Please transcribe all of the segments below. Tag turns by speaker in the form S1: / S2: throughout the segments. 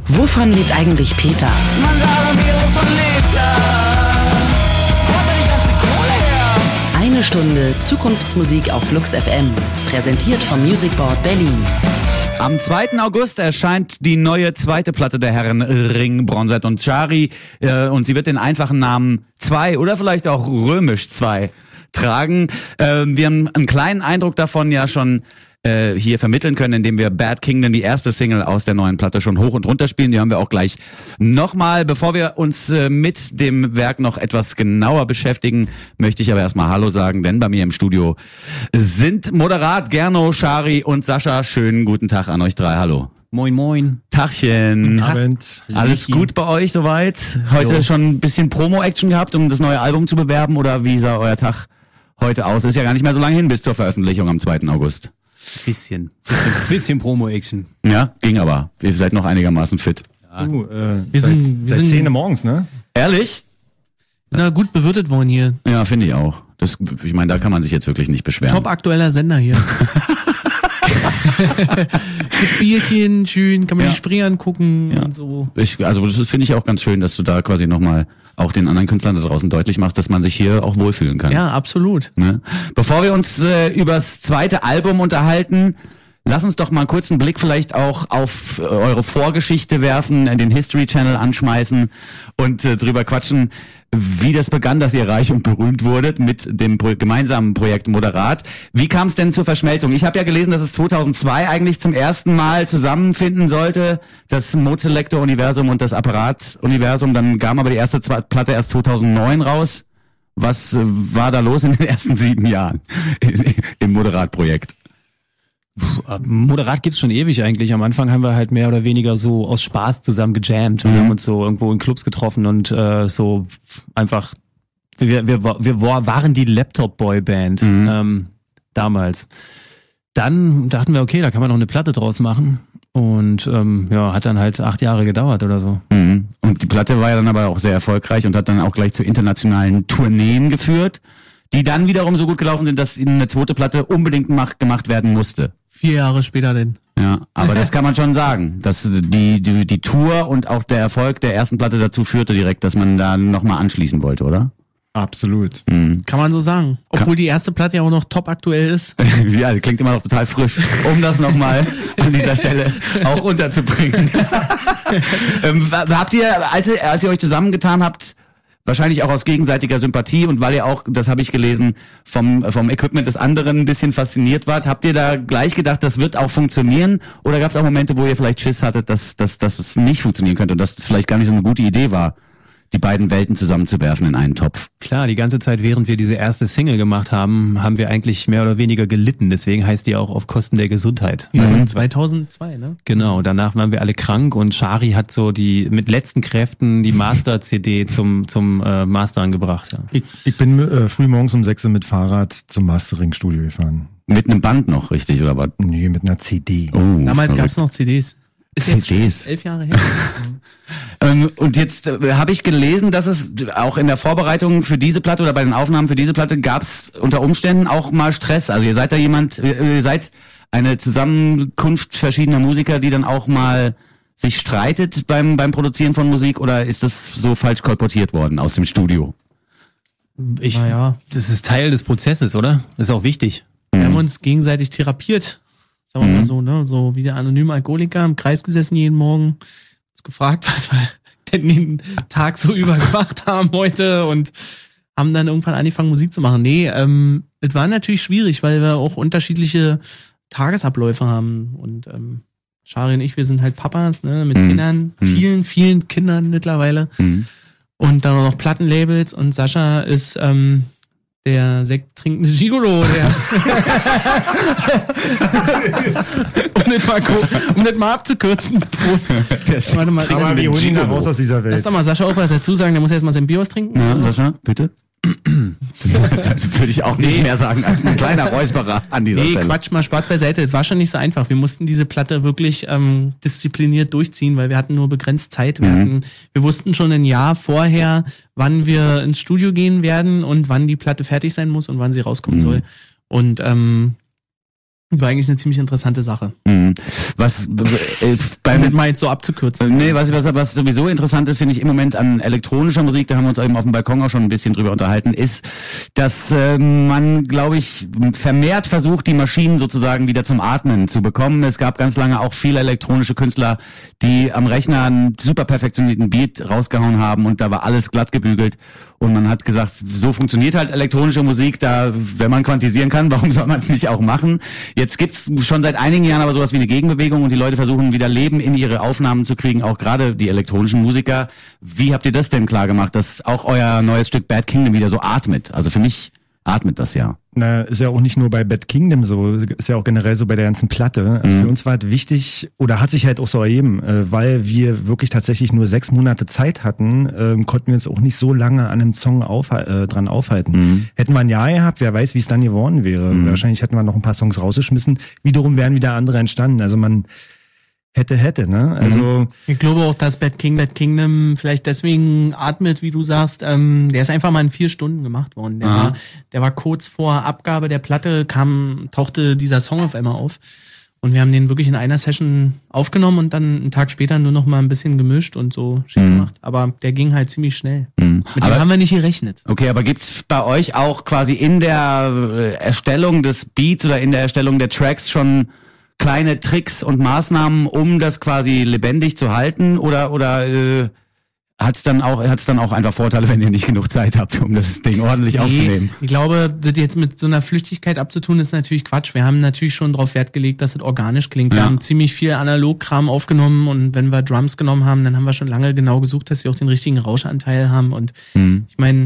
S1: Wovon lebt eigentlich Peter?
S2: Man sagt mir, wovon lebt er? Wo hat er die ganze Kohle her?
S1: Eine Stunde Zukunftsmusik auf Flux FM. Präsentiert vom Music Board Berlin.
S3: Am 2. August erscheint die neue zweite Platte der Herren Ring, Bronzett und Chari. Und sie wird den einfachen Namen 2 oder vielleicht auch römisch 2 tragen. Wir haben einen kleinen Eindruck davon ja schon hier vermitteln können, indem wir Bad Kingdom, die erste Single aus der neuen Platte, schon hoch und runter spielen. Die haben wir auch gleich nochmal. Bevor wir uns mit dem Werk noch etwas genauer beschäftigen, möchte ich aber erstmal Hallo sagen, denn bei mir im Studio sind Moderat Gernot, Chari und Sascha. Schönen guten Tag an euch drei. Hallo.
S4: Moin, moin.
S3: Tagchen.
S5: Guten Abend.
S3: Alles gut bei euch soweit? Heute schon ein bisschen Promo-Action gehabt, um das neue Album zu bewerben? Oder wie sah euer Tag heute aus? Ist ja gar nicht mehr so lange hin bis zur Veröffentlichung am 2. August.
S4: Bisschen Promo-Action.
S3: Ja, ging aber. Ihr seid noch einigermaßen fit.
S4: Ja.
S5: Wir sind 10 Uhr morgens, ne?
S3: Ehrlich?
S6: Wir sind gut bewirtet worden hier.
S3: Ja, finde ich auch. Ich meine, da kann man sich jetzt wirklich nicht beschweren.
S6: Top aktueller Sender hier. Mit Bierchen, schön, kann man die Spree angucken und so.
S3: Also das finde ich auch ganz schön, dass du da quasi nochmal auch den anderen Künstlern da draußen deutlich machst, dass man sich hier auch wohlfühlen kann.
S6: Ja, absolut.
S3: Ne? Bevor wir uns übers zweite Album unterhalten, lass uns doch mal einen kurzen Blick vielleicht auch auf eure Vorgeschichte werfen, den History Channel anschmeißen und drüber quatschen, wie das begann, dass ihr reich und berühmt wurdet mit dem gemeinsamen Projekt Moderat. Wie kam es denn zur Verschmelzung? Ich habe ja gelesen, dass es 2002 eigentlich zum ersten Mal zusammenfinden sollte, das Modeselektor-Universum und das Apparat-Universum. Dann kam aber die erste Platte erst 2009 raus. Was war da los in den ersten 7 Jahren im Moderat-Projekt?
S4: Moderat gibt's schon ewig eigentlich. Am Anfang haben wir halt mehr oder weniger so aus Spaß zusammen gejammt und haben uns so irgendwo in Clubs getroffen und so einfach, wir waren die Laptop-Boy-Band damals. Dann dachten wir, okay, da kann man noch eine Platte draus machen und hat dann halt 8 Jahre gedauert oder so.
S3: Mhm. Und die Platte war ja dann aber auch sehr erfolgreich und hat dann auch gleich zu internationalen Tourneen geführt, die dann wiederum so gut gelaufen sind, dass ihnen eine zweite Platte unbedingt gemacht werden musste.
S6: 4 Jahre später denn.
S3: Ja, aber das kann man schon sagen, dass die Tour und auch der Erfolg der ersten Platte dazu führte direkt, dass man da nochmal anschließen wollte, oder?
S5: Absolut.
S3: Mhm.
S6: Kann man so sagen. Obwohl die erste Platte ja auch noch top aktuell ist.
S3: Ja, klingt immer noch total frisch, um das nochmal an dieser Stelle auch unterzubringen. Habt ihr, als ihr euch zusammengetan habt, wahrscheinlich auch aus gegenseitiger Sympathie und weil ihr auch, das habe ich gelesen, vom Equipment des anderen ein bisschen fasziniert wart, habt ihr da gleich gedacht, das wird auch funktionieren? Oder gab es auch Momente, wo ihr vielleicht Schiss hattet, dass es nicht funktionieren könnte und dass es vielleicht gar nicht so eine gute Idee war, die beiden Welten zusammenzuwerfen in einen Topf?
S4: Klar, die ganze Zeit, während wir diese erste Single gemacht haben, haben wir eigentlich mehr oder weniger gelitten. Deswegen heißt die auch auf Kosten der Gesundheit.
S6: 2002, ne?
S4: Genau, danach waren wir alle krank und Chari hat so mit letzten Kräften die Master-CD zum Mastern gebracht. Ja.
S5: Ich bin früh morgens um 6 Uhr mit Fahrrad zum Mastering-Studio gefahren.
S3: Mit einem Band noch, richtig, oder was?
S5: Nee, mit einer CD.
S3: Oh,
S6: Damals
S3: verrückt.
S6: gab es noch CDs. Ist jetzt
S3: CDs.
S6: 11 Jahre her.
S3: Und jetzt habe ich gelesen, dass es auch in der Vorbereitung für diese Platte oder bei den Aufnahmen für diese Platte gab es unter Umständen auch mal Stress. Also ihr seid eine Zusammenkunft verschiedener Musiker, die dann auch mal sich streitet beim Produzieren von Musik, oder ist das so falsch kolportiert worden aus dem Studio?
S4: Das ist Teil des Prozesses, oder? Das ist auch wichtig.
S6: Wir haben uns gegenseitig therapiert. Sagen wir mal so, ne? So wie der anonyme Alkoholiker im Kreis gesessen jeden Morgen. Uns gefragt, was wir denn den Tag so über gemacht haben heute und haben dann irgendwann angefangen, Musik zu machen. Nee, es war natürlich schwierig, weil wir auch unterschiedliche Tagesabläufe haben. Und Chari und ich, wir sind halt Papas, ne? Mit Kindern, vielen Kindern mittlerweile. Und dann noch Plattenlabels und Sascha ist der sekttrinkende Gigolo, um das mal abzukürzen. Prost. Warte mal,
S5: Aber wir holen ihn da raus aus dieser Welt.
S6: lass doch mal Sascha auch was dazu sagen, der muss erst mal sein Bier austrinken.
S3: Ja, Sascha, bitte? Das würde ich auch nicht mehr sagen als ein kleiner Räusperer an dieser Stelle.
S6: Quatsch, mal Spaß beiseite. Es war schon nicht so einfach. Wir mussten diese Platte wirklich diszipliniert durchziehen, weil wir hatten nur begrenzt Zeit. Wir wussten schon ein Jahr vorher, wann wir ins Studio gehen werden und wann die Platte fertig sein muss und wann sie rauskommen soll. Und War eigentlich eine ziemlich interessante Sache.
S3: Was
S6: Damit mal jetzt so abzukürzen.
S3: was sowieso interessant ist, finde ich im Moment an elektronischer Musik, da haben wir uns eben auf dem Balkon auch schon ein bisschen drüber unterhalten, ist, dass man, glaube ich, vermehrt versucht, die Maschinen sozusagen wieder zum Atmen zu bekommen. Es gab ganz lange auch viele elektronische Künstler, die am Rechner einen super perfektionierten Beat rausgehauen haben und da war alles glatt gebügelt. Und man hat gesagt, so funktioniert halt elektronische Musik, da, wenn man quantisieren kann, warum soll man es nicht auch machen? Jetzt gibt's schon seit einigen Jahren aber sowas wie eine Gegenbewegung und die Leute versuchen wieder Leben in ihre Aufnahmen zu kriegen, auch gerade die elektronischen Musiker. Wie habt ihr das denn klar gemacht, dass auch euer neues Stück Bad Kingdom wieder so atmet? Also für mich atmet das ja.
S5: Na, ist ja auch nicht nur bei Bad Kingdom so, ist ja auch generell so bei der ganzen Platte. Also für uns war es wichtig, oder hat sich halt auch so ergeben, weil wir wirklich tatsächlich nur 6 Monate Zeit hatten, konnten wir uns auch nicht so lange an einem Song dran aufhalten. Hätten wir ein Jahr gehabt, wer weiß, wie es dann geworden wäre. Wahrscheinlich hätten wir noch ein paar Songs rausgeschmissen. Wiederum wären wieder andere entstanden. Also man hätte, ne? Also
S6: ich glaube auch, dass Bad Kingdom vielleicht deswegen atmet, wie du sagst. Der ist einfach mal in 4 Stunden gemacht worden. Der war kurz vor Abgabe der Platte, tauchte dieser Song auf einmal auf. Und wir haben den wirklich in einer Session aufgenommen und dann einen Tag später nur noch mal ein bisschen gemischt und so schick gemacht. Aber der ging halt ziemlich schnell. Mit dem haben wir nicht gerechnet.
S3: Okay, aber gibt's bei euch auch quasi in der Erstellung des Beats oder in der Erstellung der Tracks schon kleine Tricks und Maßnahmen, um das quasi lebendig zu halten, oder hat's dann auch einfach Vorteile, wenn ihr nicht genug Zeit habt, um das Ding ordentlich aufzunehmen?
S6: Ich glaube, das jetzt mit so einer Flüchtigkeit abzutun, ist natürlich Quatsch. Wir haben natürlich schon darauf Wert gelegt, dass es organisch klingt. Wir haben ziemlich viel Analogkram aufgenommen und wenn wir Drums genommen haben, dann haben wir schon lange genau gesucht, dass sie auch den richtigen Rauschanteil haben und ich meine,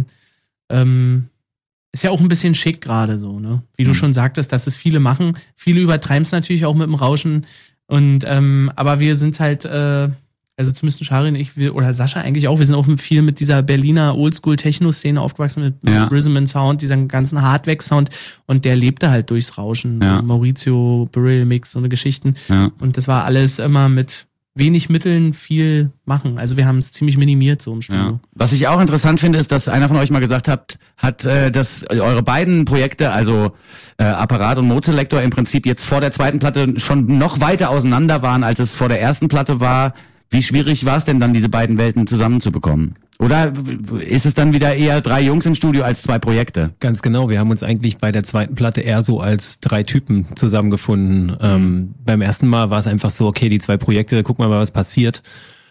S6: ist ja auch ein bisschen schick gerade so, ne? Wie du schon sagtest, dass es viele machen. Viele übertreiben es natürlich auch mit dem Rauschen. Und aber wir sind halt, also zumindest Shari und ich, oder Sascha eigentlich auch, wir sind auch viel mit dieser Berliner Oldschool-Techno-Szene aufgewachsen, mit Rhythm and Sound, diesem ganzen Hardware-Sound. Und der lebte halt durchs Rauschen.
S3: Ja.
S6: So Maurizio, Beryl Mix, so eine Geschichten. Ja. Und das war alles immer mit wenig Mitteln viel machen. Also wir haben es ziemlich minimiert so im Studio.
S3: Ja. Was ich auch interessant finde, ist, dass einer von euch mal gesagt hat, dass eure beiden Projekte, also Apparat und Modeselektor, im Prinzip jetzt vor der zweiten Platte schon noch weiter auseinander waren, als es vor der ersten Platte war. Wie schwierig war es denn dann, diese beiden Welten zusammenzubekommen? Oder ist es dann wieder eher 3 Jungs im Studio als 2 Projekte?
S4: Ganz genau, wir haben uns eigentlich bei der zweiten Platte eher so als 3 Typen zusammengefunden. Beim ersten Mal war es einfach so, okay, die 2 Projekte, gucken wir mal, was passiert.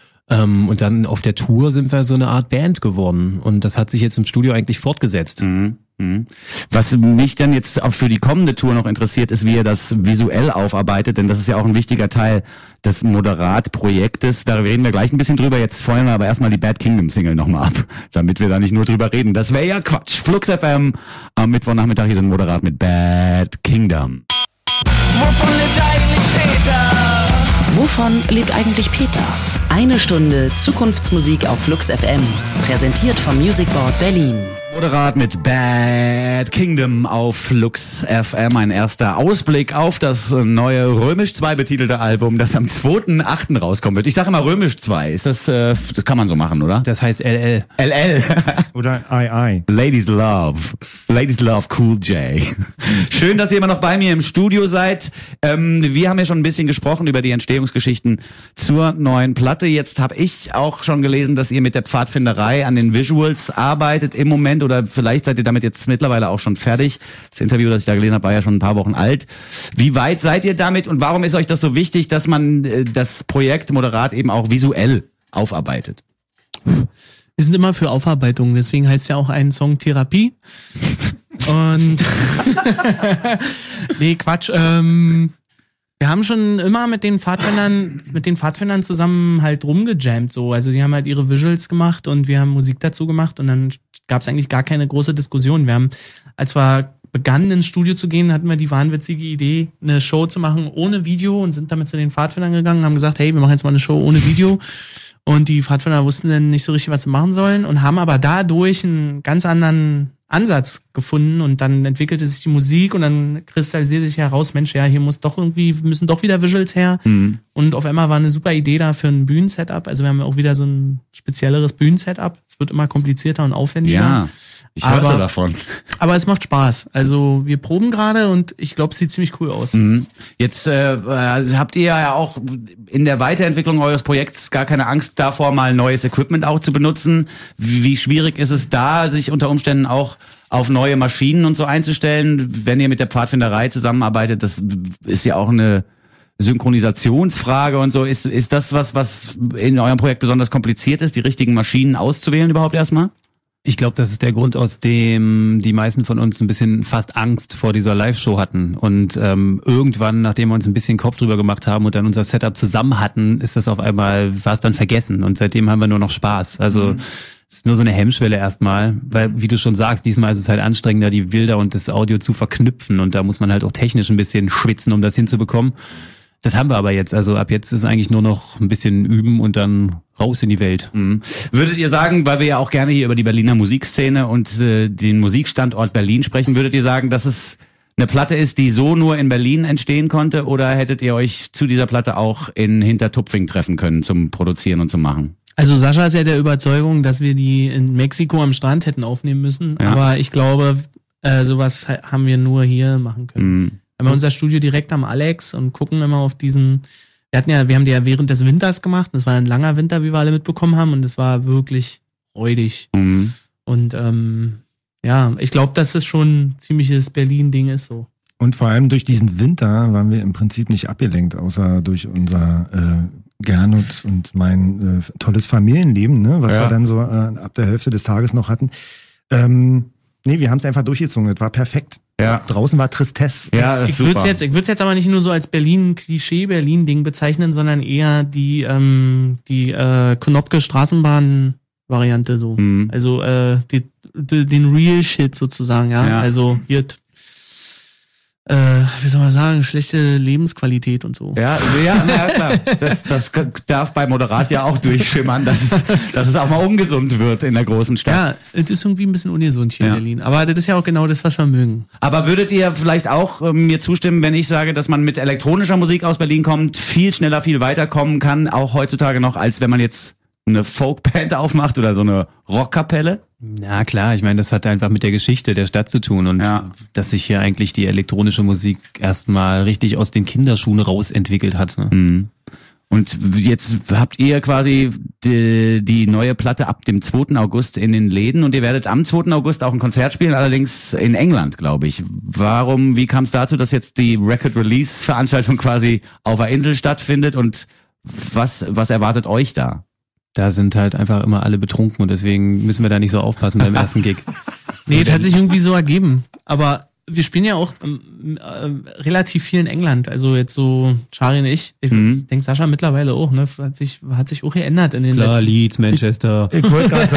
S4: Und dann auf der Tour sind wir so eine Art Band geworden. Und das hat sich jetzt im Studio eigentlich fortgesetzt.
S3: Was mich dann jetzt auch für die kommende Tour noch interessiert, ist, wie ihr das visuell aufarbeitet, denn das ist ja auch ein wichtiger Teil des Moderat-Projektes. Da reden wir gleich ein bisschen drüber. Jetzt feuern wir aber erstmal die Bad Kingdom-Single nochmal ab, damit wir da nicht nur drüber reden. Das wäre ja Quatsch. Flux FM am Mittwochnachmittag, hier sind Moderat mit Bad Kingdom.
S2: Wovon lebt eigentlich Peter?
S1: Wovon lebt eigentlich Peter? 1 Stunde Zukunftsmusik auf Flux FM. Präsentiert vom Music Board Berlin.
S3: Moderat mit Bad Kingdom auf Flux FM. Ein erster Ausblick auf das neue Römisch 2 betitelte Album, das am 2.8. rauskommen wird. Ich sage immer Römisch 2. Ist das kann man so machen, oder?
S4: Das heißt LL.
S3: LL.
S5: oder I.
S3: Ladies Love Cool J. Schön, dass ihr immer noch bei mir im Studio seid. Wir haben ja schon ein bisschen gesprochen über die Entstehungsgeschichten zur neuen Platte. Jetzt habe ich auch schon gelesen, dass ihr mit der Pfadfinderei an den Visuals arbeitet im Moment, oder vielleicht seid ihr damit jetzt mittlerweile auch schon fertig. Das Interview, das ich da gelesen habe, war ja schon ein paar Wochen alt. Wie weit seid ihr damit und warum ist euch das so wichtig, dass man das Projekt Moderat eben auch visuell aufarbeitet?
S6: Wir sind immer für Aufarbeitung, deswegen heißt ja auch ein Song Therapie. Und nee, Quatsch. Wir haben schon immer mit den Pfadfindern zusammen halt rumgejammt, so. Also die haben halt ihre Visuals gemacht und wir haben Musik dazu gemacht und dann gab es eigentlich gar keine große Diskussion. Wir haben, als wir begannen ins Studio zu gehen, hatten wir die wahnwitzige Idee, eine Show zu machen ohne Video und sind damit zu den Pfadfindern gegangen und haben gesagt, hey, wir machen jetzt mal eine Show ohne Video. Und die Pfadfinder wussten dann nicht so richtig, was sie machen sollen und haben aber dadurch einen ganz anderen Ansatz gefunden und dann entwickelte sich die Musik und dann kristallisierte sich heraus, Mensch, ja, hier müssen doch wieder Visuals her. Und auf einmal war eine super Idee da für ein Bühnensetup. Also wir haben auch wieder so ein spezielleres Bühnensetup. Es wird immer komplizierter und aufwendiger.
S3: Ja, ich hörte
S6: Aber-
S3: davon.
S6: Aber es macht Spaß. Also wir proben gerade und ich glaube, es sieht ziemlich cool aus.
S3: Jetzt habt ihr ja auch in der Weiterentwicklung eures Projekts gar keine Angst davor, mal neues Equipment auch zu benutzen. Wie schwierig ist es da, sich unter Umständen auch auf neue Maschinen und so einzustellen, wenn ihr mit der Pfadfinderei zusammenarbeitet? Das ist ja auch eine Synchronisationsfrage und so. Ist das was in eurem Projekt besonders kompliziert ist, die richtigen Maschinen auszuwählen überhaupt erstmal?
S4: Ich glaube, das ist der Grund, aus dem die meisten von uns ein bisschen fast Angst vor dieser Live-Show hatten. Und irgendwann, nachdem wir uns ein bisschen Kopf drüber gemacht haben und dann unser Setup zusammen hatten, ist das auf einmal, war es dann vergessen. Und seitdem haben wir nur noch Spaß. Also es ist nur so eine Hemmschwelle erstmal, weil, wie du schon sagst, diesmal ist es halt anstrengender, die Bilder und das Audio zu verknüpfen. Und da muss man halt auch technisch ein bisschen schwitzen, um das hinzubekommen. Das haben wir aber jetzt. Also ab jetzt ist eigentlich nur noch ein bisschen üben und dann raus in die Welt.
S3: Würdet ihr sagen, weil wir ja auch gerne hier über die Berliner Musikszene und den Musikstandort Berlin sprechen, würdet ihr sagen, dass es eine Platte ist, die so nur in Berlin entstehen konnte, oder hättet ihr euch zu dieser Platte auch in Hintertupfing treffen können zum Produzieren und zum Machen?
S6: Also Sascha ist ja der Überzeugung, dass wir die in Mexiko am Strand hätten aufnehmen müssen.
S3: Ja.
S6: Aber ich glaube, sowas haben wir nur hier machen können. Wir haben unser Studio direkt am Alex und gucken immer auf diesen. Wir haben die ja während des Winters gemacht. Das war ein langer Winter, wie wir alle mitbekommen haben, und es war wirklich räudig. Und ja, ich glaube, dass es schon ein ziemliches Berlin-Ding ist so.
S5: Und vor allem durch diesen Winter waren wir im Prinzip nicht abgelenkt, außer durch unser Gernot und mein tolles Familienleben, ne, was wir dann so ab der Hälfte des Tages noch hatten. Nee, wir haben es einfach durchgezogen. Das war perfekt.
S3: Ja.
S5: Draußen war Tristesse.
S3: Ja, das ist
S6: Ich würde
S3: super.
S6: es jetzt aber nicht nur so als Berlin-Klischee-Berlin-Ding bezeichnen, sondern eher die Konopke-Straßenbahn-Variante so. Also den Real Shit sozusagen, ja.
S3: Ja.
S6: Also hier, wie soll man sagen, schlechte Lebensqualität und so.
S3: Ja, na klar. Das darf bei Moderat ja auch durchschimmern, dass es auch mal ungesund wird in der großen Stadt.
S6: Ja, es ist irgendwie ein bisschen ungesund hier
S3: Ja.
S6: in Berlin. Aber das ist ja auch genau das, was wir mögen.
S3: Aber würdet ihr vielleicht auch mir zustimmen, wenn ich sage, dass man mit elektronischer Musik aus Berlin kommt, viel schneller, viel weiterkommen kann, auch heutzutage noch, als wenn man jetzt eine Folkband aufmacht oder so eine Rockkapelle?
S4: Ja, klar, ich meine, das hat einfach mit der Geschichte der Stadt zu tun und dass sich hier eigentlich die elektronische Musik erstmal richtig aus den Kinderschuhen rausentwickelt hat. Ne? Und jetzt habt ihr quasi die neue Platte ab dem 2. August in den Läden und ihr werdet am 2. August auch ein Konzert spielen, allerdings in England, glaube ich. Wie kam es dazu, dass jetzt die Record-Release-Veranstaltung quasi auf der Insel stattfindet und was erwartet euch da? Da sind halt einfach immer alle betrunken und deswegen müssen wir da nicht so aufpassen beim ersten Gig.
S6: Nee, das hat sich irgendwie so ergeben. Aber wir spielen ja auch relativ viel in England. Also jetzt so Charlie und ich. Ich denke, Sascha mittlerweile auch, ne? Hat sich auch geändert in den
S4: Klar,
S6: letzten...
S4: Leeds, Manchester.
S5: Ich wollte gerade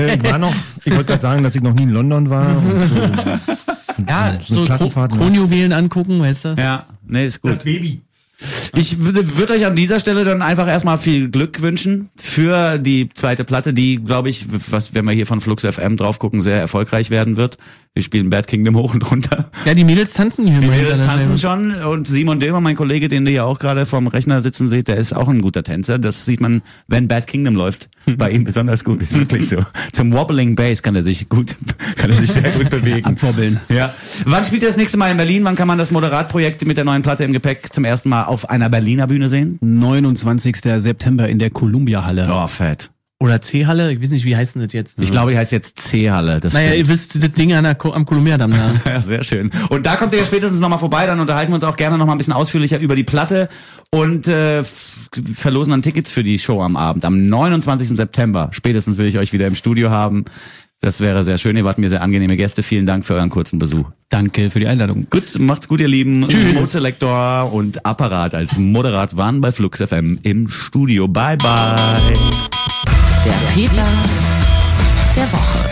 S5: sagen, dass ich noch nie in London war. Und
S6: Ja,
S5: so eine
S6: so
S5: Klassenfahrt, ne?
S6: Kronjuwelen angucken, weißt du?
S3: Ja, nee, ist gut.
S5: Baby.
S3: Ich würde euch an dieser Stelle dann einfach erstmal viel Glück wünschen für die zweite Platte, die, glaube ich, wenn wir hier von Flux FM drauf gucken, sehr erfolgreich werden wird. Wir spielen Bad Kingdom hoch und runter.
S6: Ja, die Mädels tanzen hier.
S3: Die
S6: mal
S3: Mädels
S6: hinter der
S3: tanzen
S6: Scheibe.
S3: schon und Simon Dilmer, mein Kollege, den ihr ja auch gerade vorm Rechner sitzen seht, der ist auch ein guter Tänzer. Das sieht man, wenn Bad Kingdom läuft, bei ihm besonders gut. Ist wirklich so. Zum Wobbling Bass kann er sich sehr gut bewegen.
S4: Abwobbeln.
S3: Ja. Wann spielt ihr das nächste Mal in Berlin? Wann kann man das Moderat-Projekt mit der neuen Platte im Gepäck zum ersten Mal auf einer Berliner Bühne sehen?
S4: 29. September in der Columbia-Halle.
S3: Oh, fett.
S6: Oder C-Halle, ich weiß nicht, wie heißt denn das jetzt? Ne?
S3: Ich glaube, die heißt jetzt C-Halle. Das
S6: Naja,
S3: stimmt.
S6: ihr wisst, das Ding am Kolumbiadamm da.
S3: Ja, sehr schön. Und da kommt ihr ja spätestens nochmal vorbei, dann unterhalten wir uns auch gerne nochmal ein bisschen ausführlicher über die Platte und verlosen dann Tickets für die Show am Abend. Am 29. September spätestens will ich euch wieder im Studio haben. Das wäre sehr schön. Ihr wart mir sehr angenehme Gäste. Vielen Dank für euren kurzen Besuch.
S4: Danke für die Einladung.
S3: Gut, macht's gut, ihr Lieben. Tschüss. Moselektor und Apparat als Moderat waren bei Flux FM im Studio. Bye, bye.
S1: Der Peter der Woche.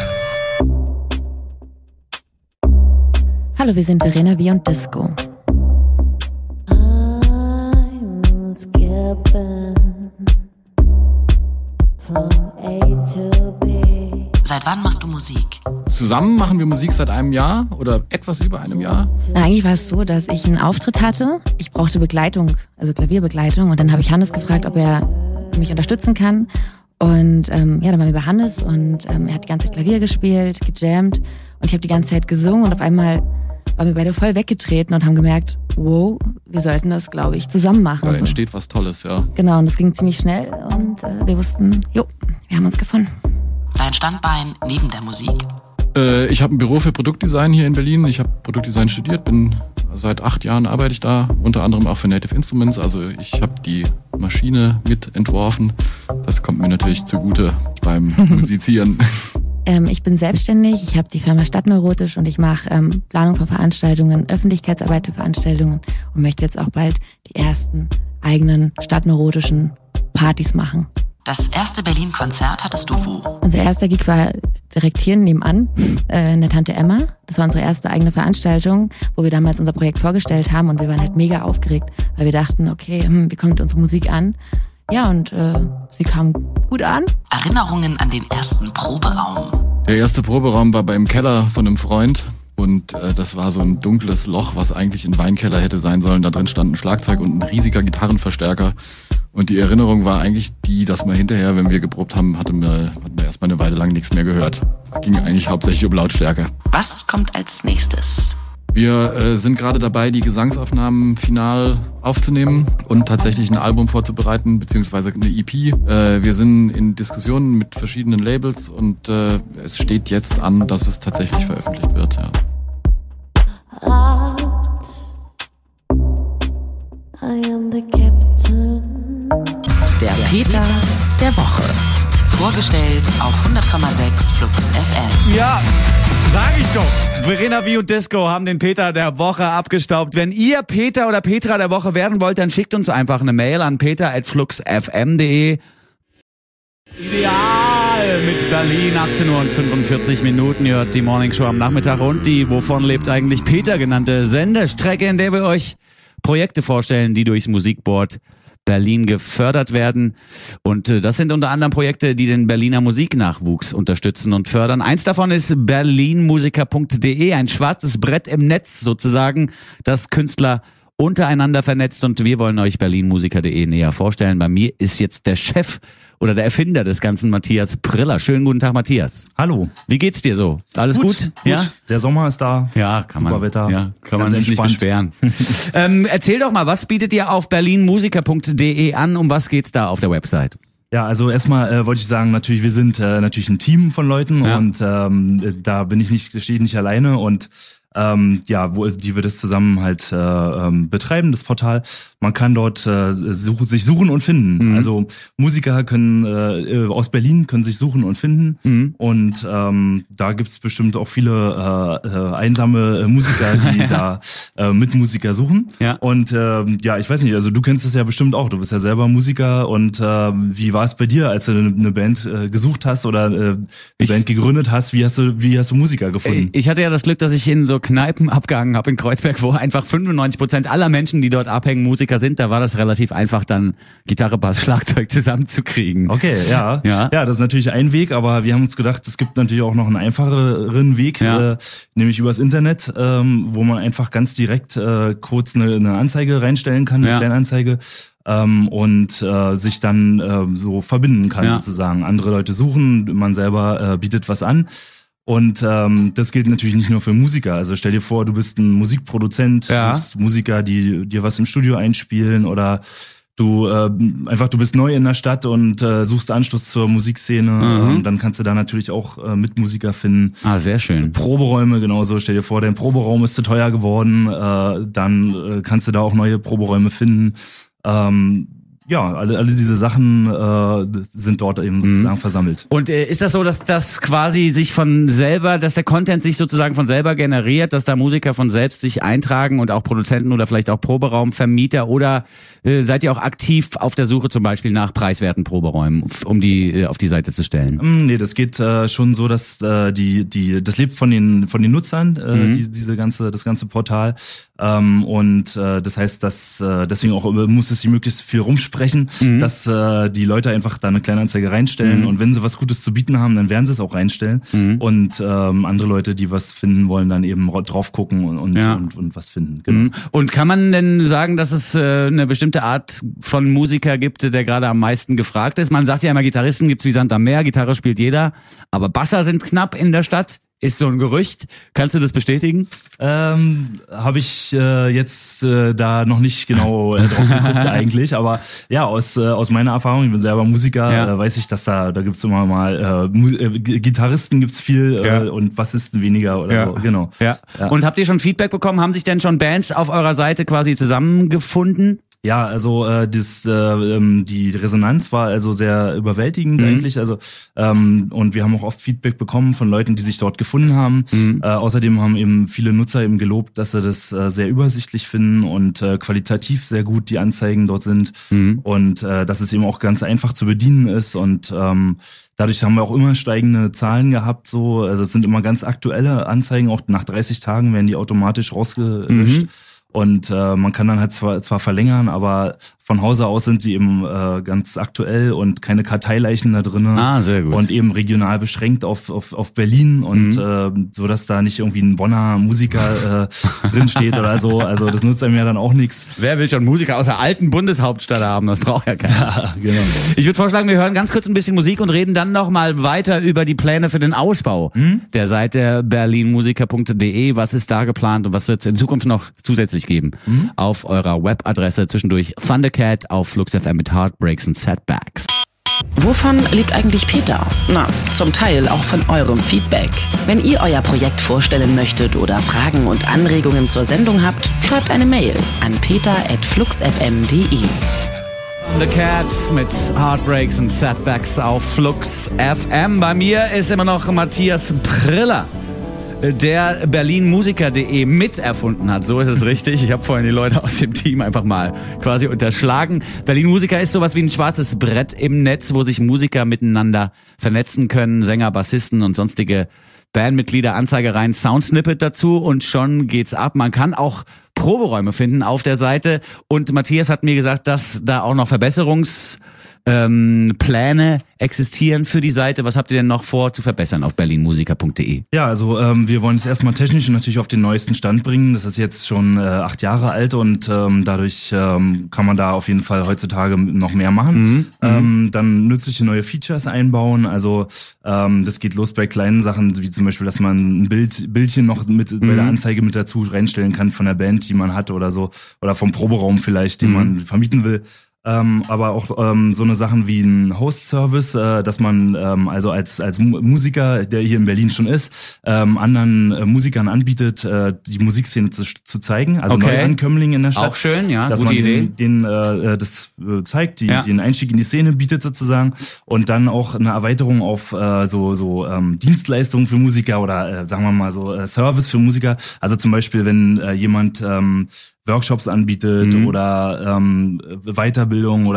S7: Hallo, wir sind Verena V und Disco. I'm skipping from A to B.
S1: Seit wann machst du Musik?
S8: zusammen machen wir Musik seit einem Jahr oder etwas über einem Jahr.
S7: Na, eigentlich war es so, dass ich einen Auftritt hatte. Ich brauchte Begleitung, also Klavierbegleitung. Und dann habe ich Hannes gefragt, ob er mich unterstützen kann. Und dann waren wir bei Hannes und er hat die ganze Zeit Klavier gespielt, gejammt. Und ich habe die ganze Zeit gesungen und auf einmal waren wir beide voll weggetreten und haben gemerkt, wow, wir sollten das, glaube ich, zusammen machen.
S8: Da entsteht was Tolles, ja.
S7: Genau, und das ging ziemlich schnell und wir wussten, wir haben uns gefunden.
S1: Dein Standbein neben der Musik.
S8: Ich habe ein Büro für Produktdesign hier in Berlin. Ich habe Produktdesign studiert, bin seit 8 Jahren arbeite ich da, unter anderem auch für Native Instruments. Also ich habe die Maschine mit entworfen. Das kommt mir natürlich zugute beim Musizieren.
S7: Ich bin selbstständig, ich habe die Firma Stadtneurotisch und ich mache Planung für Veranstaltungen, Öffentlichkeitsarbeit für Veranstaltungen und möchte jetzt auch bald die ersten eigenen stadtneurotischen Partys machen.
S1: Das erste Berlin-Konzert hattest du wo?
S7: Unser erster Gig war direkt hier nebenan, in der Tante Emma. Das war unsere erste eigene Veranstaltung, wo wir damals unser Projekt vorgestellt haben und wir waren halt mega aufgeregt, weil wir dachten, okay, wie kommt unsere Musik an? Ja, und sie kam gut an.
S1: Erinnerungen an den ersten Proberaum.
S8: Der erste Proberaum war beim Keller von einem Freund und das war so ein dunkles Loch, was eigentlich ein Weinkeller hätte sein sollen. Da drin stand ein Schlagzeug und ein riesiger Gitarrenverstärker. Und die Erinnerung war eigentlich die, dass man hinterher, wenn wir geprobt haben, hatten wir erstmal eine Weile lang nichts mehr gehört. Es ging eigentlich hauptsächlich um Lautstärke.
S1: Was kommt als nächstes?
S8: Wir sind gerade dabei, die Gesangsaufnahmen final aufzunehmen und tatsächlich ein Album vorzubereiten, beziehungsweise eine EP. Wir sind in Diskussionen mit verschiedenen Labels und es steht jetzt an, dass es tatsächlich veröffentlicht wird. Ja.
S1: Der Peter der Woche. Vorgestellt auf 100,6 Flux FM.
S3: Ja, sag ich doch. Verena V und Disco haben den Peter der Woche abgestaubt. Wenn ihr Peter oder Petra der Woche werden wollt, dann schickt uns einfach eine Mail an peter@fluxfm.de. Ideal mit Berlin, 18 Uhr und 45 Minuten. Ihr hört die Morningshow am Nachmittag und die Wovon lebt eigentlich Peter genannte Sendestrecke, in der wir euch Projekte vorstellen, die durchs Musikboard Berlin gefördert werden. Und das sind unter anderem Projekte, die den Berliner Musiknachwuchs unterstützen und fördern. Eins davon ist berlinmusiker.de, ein schwarzes Brett im Netz sozusagen, das Künstler untereinander vernetzt. Und wir wollen euch berlinmusiker.de näher vorstellen. Bei mir ist jetzt der Chef oder der Erfinder des Ganzen, Matthias Priller. Schönen guten Tag, Matthias.
S9: Hallo.
S3: Wie geht's dir so? Alles gut?
S9: Ja. Der Sommer ist da.
S3: Ja, kann man.
S9: Super Wetter.
S3: Ja, kann man sich nicht beschweren. Erzähl doch mal, was bietet ihr auf berlinmusiker.de an? Um was geht's da auf der Website?
S9: Ja, also erstmal wollte ich sagen, natürlich, wir sind natürlich ein Team von Leuten und da stehe ich nicht alleine und die wir das zusammen halt betreiben, das Portal. Man kann dort sich suchen und finden. Also Musiker können aus Berlin können sich suchen und finden. Und da gibt's bestimmt auch viele einsame Musiker, die da Mitmusiker suchen. Ja. Und ich weiß nicht, also du kennst das ja bestimmt auch. Du bist ja selber Musiker und wie war es bei dir, als du eine Band gesucht hast oder eine Band gegründet hast? Wie hast du Musiker gefunden?
S3: Ich hatte ja das Glück, dass ich in so Kneipen abgehangen habe in Kreuzberg, wo einfach 95% aller Menschen, die dort abhängen, Musiker sind. Da war das relativ einfach, dann Gitarre, Bass, Schlagzeug zusammenzukriegen.
S9: Okay, ja. Ja, das ist natürlich ein Weg, aber wir haben uns gedacht, es gibt natürlich auch noch einen einfacheren Weg, nämlich übers Internet, wo man einfach ganz direkt kurz eine Anzeige reinstellen kann, eine kleine Anzeige. Und sich dann so verbinden kann sozusagen. Andere Leute suchen, man selber bietet was an. Und das gilt natürlich nicht nur für Musiker. Also stell dir vor, du bist ein Musikproduzent, suchst Musiker, die dir was im Studio einspielen oder du bist neu in der Stadt und suchst Anschluss zur Musikszene. Dann kannst du da natürlich auch Mitmusiker finden.
S3: Ah, sehr schön.
S9: Proberäume genauso. Stell dir vor, dein Proberaum ist zu teuer geworden. Dann kannst du da auch neue Proberäume finden. Alle diese Sachen sind dort eben sozusagen versammelt.
S3: Und ist das so, dass das quasi sich von selber, dass der Content sich sozusagen von selber generiert, dass da Musiker von selbst sich eintragen und auch Produzenten oder vielleicht auch Proberaumvermieter oder seid ihr auch aktiv auf der Suche zum Beispiel nach preiswerten Proberäumen, um die auf die Seite zu stellen?
S9: Nee, das geht schon so, dass das lebt von den Nutzern, das ganze Portal. Das heißt, dass deswegen auch muss es sie möglichst viel rumsprechen, dass die Leute einfach da eine Kleinanzeige reinstellen und wenn sie was Gutes zu bieten haben, dann werden sie es auch reinstellen und andere Leute, die was finden wollen, dann eben drauf gucken und was finden. Genau.
S3: Und kann man denn sagen, dass es eine bestimmte Art von Musiker gibt, der gerade am meisten gefragt ist? Man sagt ja immer, Gitarristen gibt's wie Sand am Meer, Gitarre spielt jeder, aber Basser sind knapp in der Stadt. Ist so ein Gerücht. Kannst du das bestätigen?
S9: Habe ich jetzt da noch nicht genau drauf geguckt eigentlich, aber ja, aus meiner Erfahrung, ich bin selber Musiker, weiß ich, dass da gibt's immer mal Gitarristen gibt's viel und Bassisten weniger oder so, genau.
S3: Ja. Und habt ihr schon Feedback bekommen? Haben sich denn schon Bands auf eurer Seite quasi zusammengefunden?
S9: Ja, also die Resonanz war also sehr überwältigend eigentlich. Also und wir haben auch oft Feedback bekommen von Leuten, die sich dort gefunden haben. Außerdem haben eben viele Nutzer eben gelobt, dass sie das sehr übersichtlich finden und qualitativ sehr gut die Anzeigen dort sind und dass es eben auch ganz einfach zu bedienen ist und dadurch haben wir auch immer steigende Zahlen gehabt. So, also es sind immer ganz aktuelle Anzeigen. Auch nach 30 Tagen werden die automatisch rausgelöscht. Und man kann dann halt zwar verlängern, aber von Hause aus sind sie eben ganz aktuell und keine Karteileichen da drin.
S3: Sehr gut.
S9: Und eben regional beschränkt auf Berlin und so, dass da nicht irgendwie ein Bonner Musiker drin steht oder so. Also das nutzt einem ja dann auch nichts.
S3: Wer will schon Musiker aus der alten Bundeshauptstadt haben? Das braucht ja keiner.
S9: Ja, genau.
S3: Ich würde vorschlagen, wir hören ganz kurz ein bisschen Musik und reden dann noch mal weiter über die Pläne für den Ausbau der Seite berlinmusiker.de. Was ist da geplant und was wird es in Zukunft noch zusätzlich geben? Auf eurer Webadresse zwischendurch Thundercat auf Flux FM mit Heartbreaks and Setbacks.
S1: Wovon lebt eigentlich Peter? Na, zum Teil auch von eurem Feedback. Wenn ihr euer Projekt vorstellen möchtet oder Fragen und Anregungen zur Sendung habt, schreibt eine Mail an peter@fluxfm.de.
S3: The Cats mit Heartbreaks and Setbacks auf Flux FM. Bei mir ist immer noch Matthias Priller, der berlinmusiker.de miterfunden hat. So ist es richtig. Ich habe vorhin die Leute aus dem Team einfach mal quasi unterschlagen. Berlin Musiker ist sowas wie ein schwarzes Brett im Netz, wo sich Musiker miteinander vernetzen können. Sänger, Bassisten und sonstige Bandmitglieder, Anzeige rein, Soundsnippet dazu und schon geht's ab. Man kann auch Proberäume finden auf der Seite und Matthias hat mir gesagt, dass da auch noch Pläne existieren für die Seite. Was habt ihr denn noch vor zu verbessern auf berlinmusiker.de?
S9: Ja, also wir wollen es erstmal technisch natürlich auf den neuesten Stand bringen. Das ist jetzt schon 8 Jahre alt und dadurch kann man da auf jeden Fall heutzutage noch mehr machen. Dann nützliche neue Features einbauen. Also das geht los bei kleinen Sachen, wie zum Beispiel, dass man ein Bildchen noch mit bei der Anzeige mit dazu reinstellen kann von der Band, die man hat oder so. Oder vom Proberaum vielleicht, den man vermieten will. Aber auch so eine Sachen wie ein Host-Service, dass man also als Musiker, der hier in Berlin schon ist, anderen Musikern anbietet, die Musikszene zu zeigen. Also Neuankömmlinge in der Stadt.
S3: Auch schön, ja,
S9: dass
S3: gute
S9: man
S3: Idee.
S9: denen das zeigt, den Einstieg in die Szene bietet sozusagen. Und dann auch eine Erweiterung auf Dienstleistungen für Musiker oder sagen wir mal so Service für Musiker. Also zum Beispiel, wenn jemand Workshops anbietet oder Weiterbildung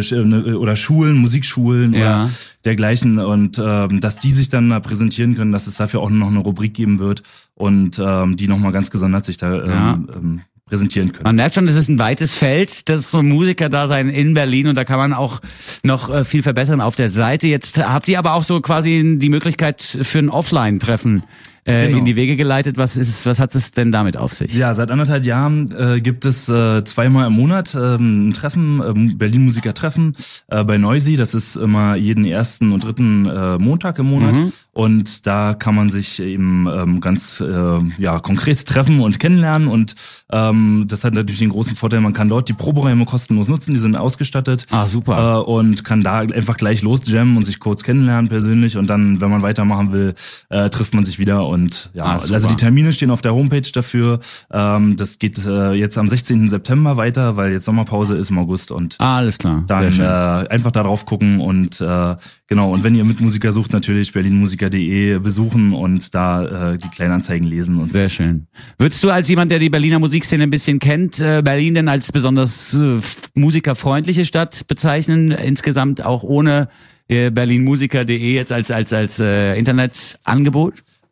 S9: oder Schulen, Musikschulen oder dergleichen und dass die sich dann präsentieren können, dass es dafür auch noch eine Rubrik geben wird und die nochmal ganz gesondert sich da präsentieren können.
S3: Man merkt schon, das ist ein weites Feld, das ist so ein Musikerdasein in Berlin und da kann man auch noch viel verbessern auf der Seite. Jetzt habt ihr aber auch so quasi die Möglichkeit für ein Offline-Treffen in die Wege geleitet. Was hat es denn damit auf sich?
S9: Ja, seit 1,5 Jahren gibt es 2-mal im Monat ein Treffen, Berlin-Musiker-Treffen bei Noisy. Das ist immer jeden 1. und 3. Montag im Monat. Und da kann man sich eben ganz konkret treffen und kennenlernen. Und das hat natürlich den großen Vorteil, man kann dort die Proberäume kostenlos nutzen. Die sind ausgestattet.
S3: Super.
S9: Und kann da einfach gleich losjammen und sich kurz kennenlernen persönlich. Und dann, wenn man weitermachen will, trifft man sich wieder. Und also die Termine stehen auf der Homepage dafür. Das geht jetzt am 16. September weiter, weil jetzt Sommerpause ist im August. Und
S3: alles klar.
S9: Dann einfach da drauf gucken und und wenn ihr Mitmusiker sucht, natürlich berlinmusiker.de besuchen und da die Kleinanzeigen lesen. Und
S3: sehr schön. Würdest du als jemand, der die Berliner Musikszene ein bisschen kennt, Berlin denn als besonders musikerfreundliche Stadt bezeichnen, insgesamt auch ohne berlinmusiker.de jetzt als Internetangebot?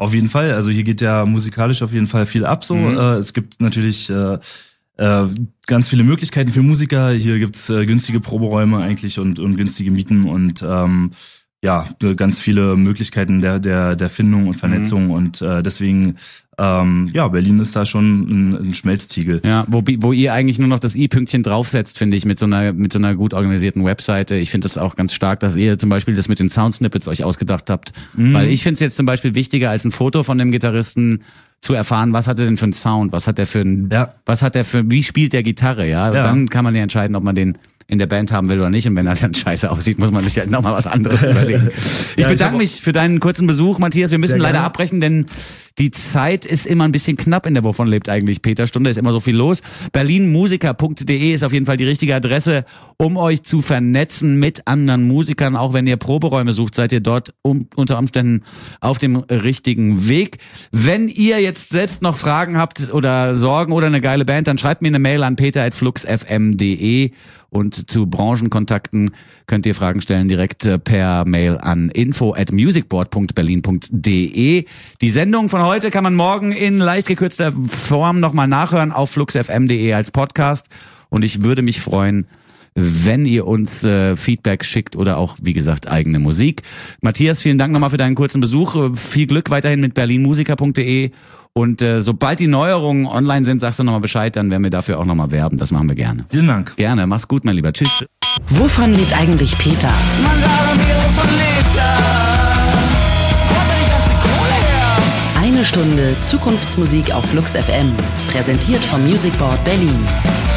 S9: Auf jeden Fall. Also hier geht ja musikalisch auf jeden Fall viel ab. So, es gibt natürlich ganz viele Möglichkeiten für Musiker. Hier gibt's günstige Proberäume eigentlich und günstige Mieten und ja, ganz viele Möglichkeiten der Findung und Vernetzung und deswegen ja, Berlin ist da schon ein Schmelztiegel.
S3: Ja, wo ihr eigentlich nur noch das i-Pünktchen draufsetzt, finde ich, mit so einer gut organisierten Webseite. Ich finde das auch ganz stark, dass ihr zum Beispiel das mit den Soundsnippets euch ausgedacht habt. Weil ich finde es jetzt zum Beispiel wichtiger, als ein Foto von dem Gitarristen zu erfahren, was hat er denn für einen Sound, wie spielt der Gitarre, ja? Dann kann man ja entscheiden, ob man den in der Band haben will oder nicht. Und wenn er dann scheiße aussieht, muss man sich halt nochmal was anderes überlegen. Ich bedanke mich für deinen kurzen Besuch, Matthias. Wir müssen leider abbrechen, denn die Zeit ist immer ein bisschen knapp in der Wovon lebt eigentlich Peter Stunde, ist immer so viel los. berlinmusiker.de ist auf jeden Fall die richtige Adresse, um euch zu vernetzen mit anderen Musikern. Auch wenn ihr Proberäume sucht, seid ihr dort unter Umständen auf dem richtigen Weg. Wenn ihr jetzt selbst noch Fragen habt oder Sorgen oder eine geile Band, dann schreibt mir eine Mail an peter@fluxfm.de. Und zu Branchenkontakten könnt ihr Fragen stellen direkt per Mail an info@musicboard.berlin.de. Die Sendung von heute kann man morgen in leicht gekürzter Form nochmal nachhören auf fluxfm.de als Podcast. Und ich würde mich freuen, wenn ihr uns Feedback schickt oder auch, wie gesagt, eigene Musik. Matthias, vielen Dank nochmal für deinen kurzen Besuch. Viel Glück weiterhin mit berlinmusiker.de. Und sobald die Neuerungen online sind, sagst du nochmal Bescheid, dann werden wir dafür auch nochmal werben. Das machen wir gerne.
S9: Vielen Dank.
S3: Gerne, mach's gut, mein Lieber. Tschüss.
S1: Wovon lebt eigentlich Peter?
S2: Man sagt mir, wovon lebt er? Wo hat er die ganze Kohle her?
S1: Eine Stunde Zukunftsmusik auf Flux FM. Präsentiert vom Music Board Berlin.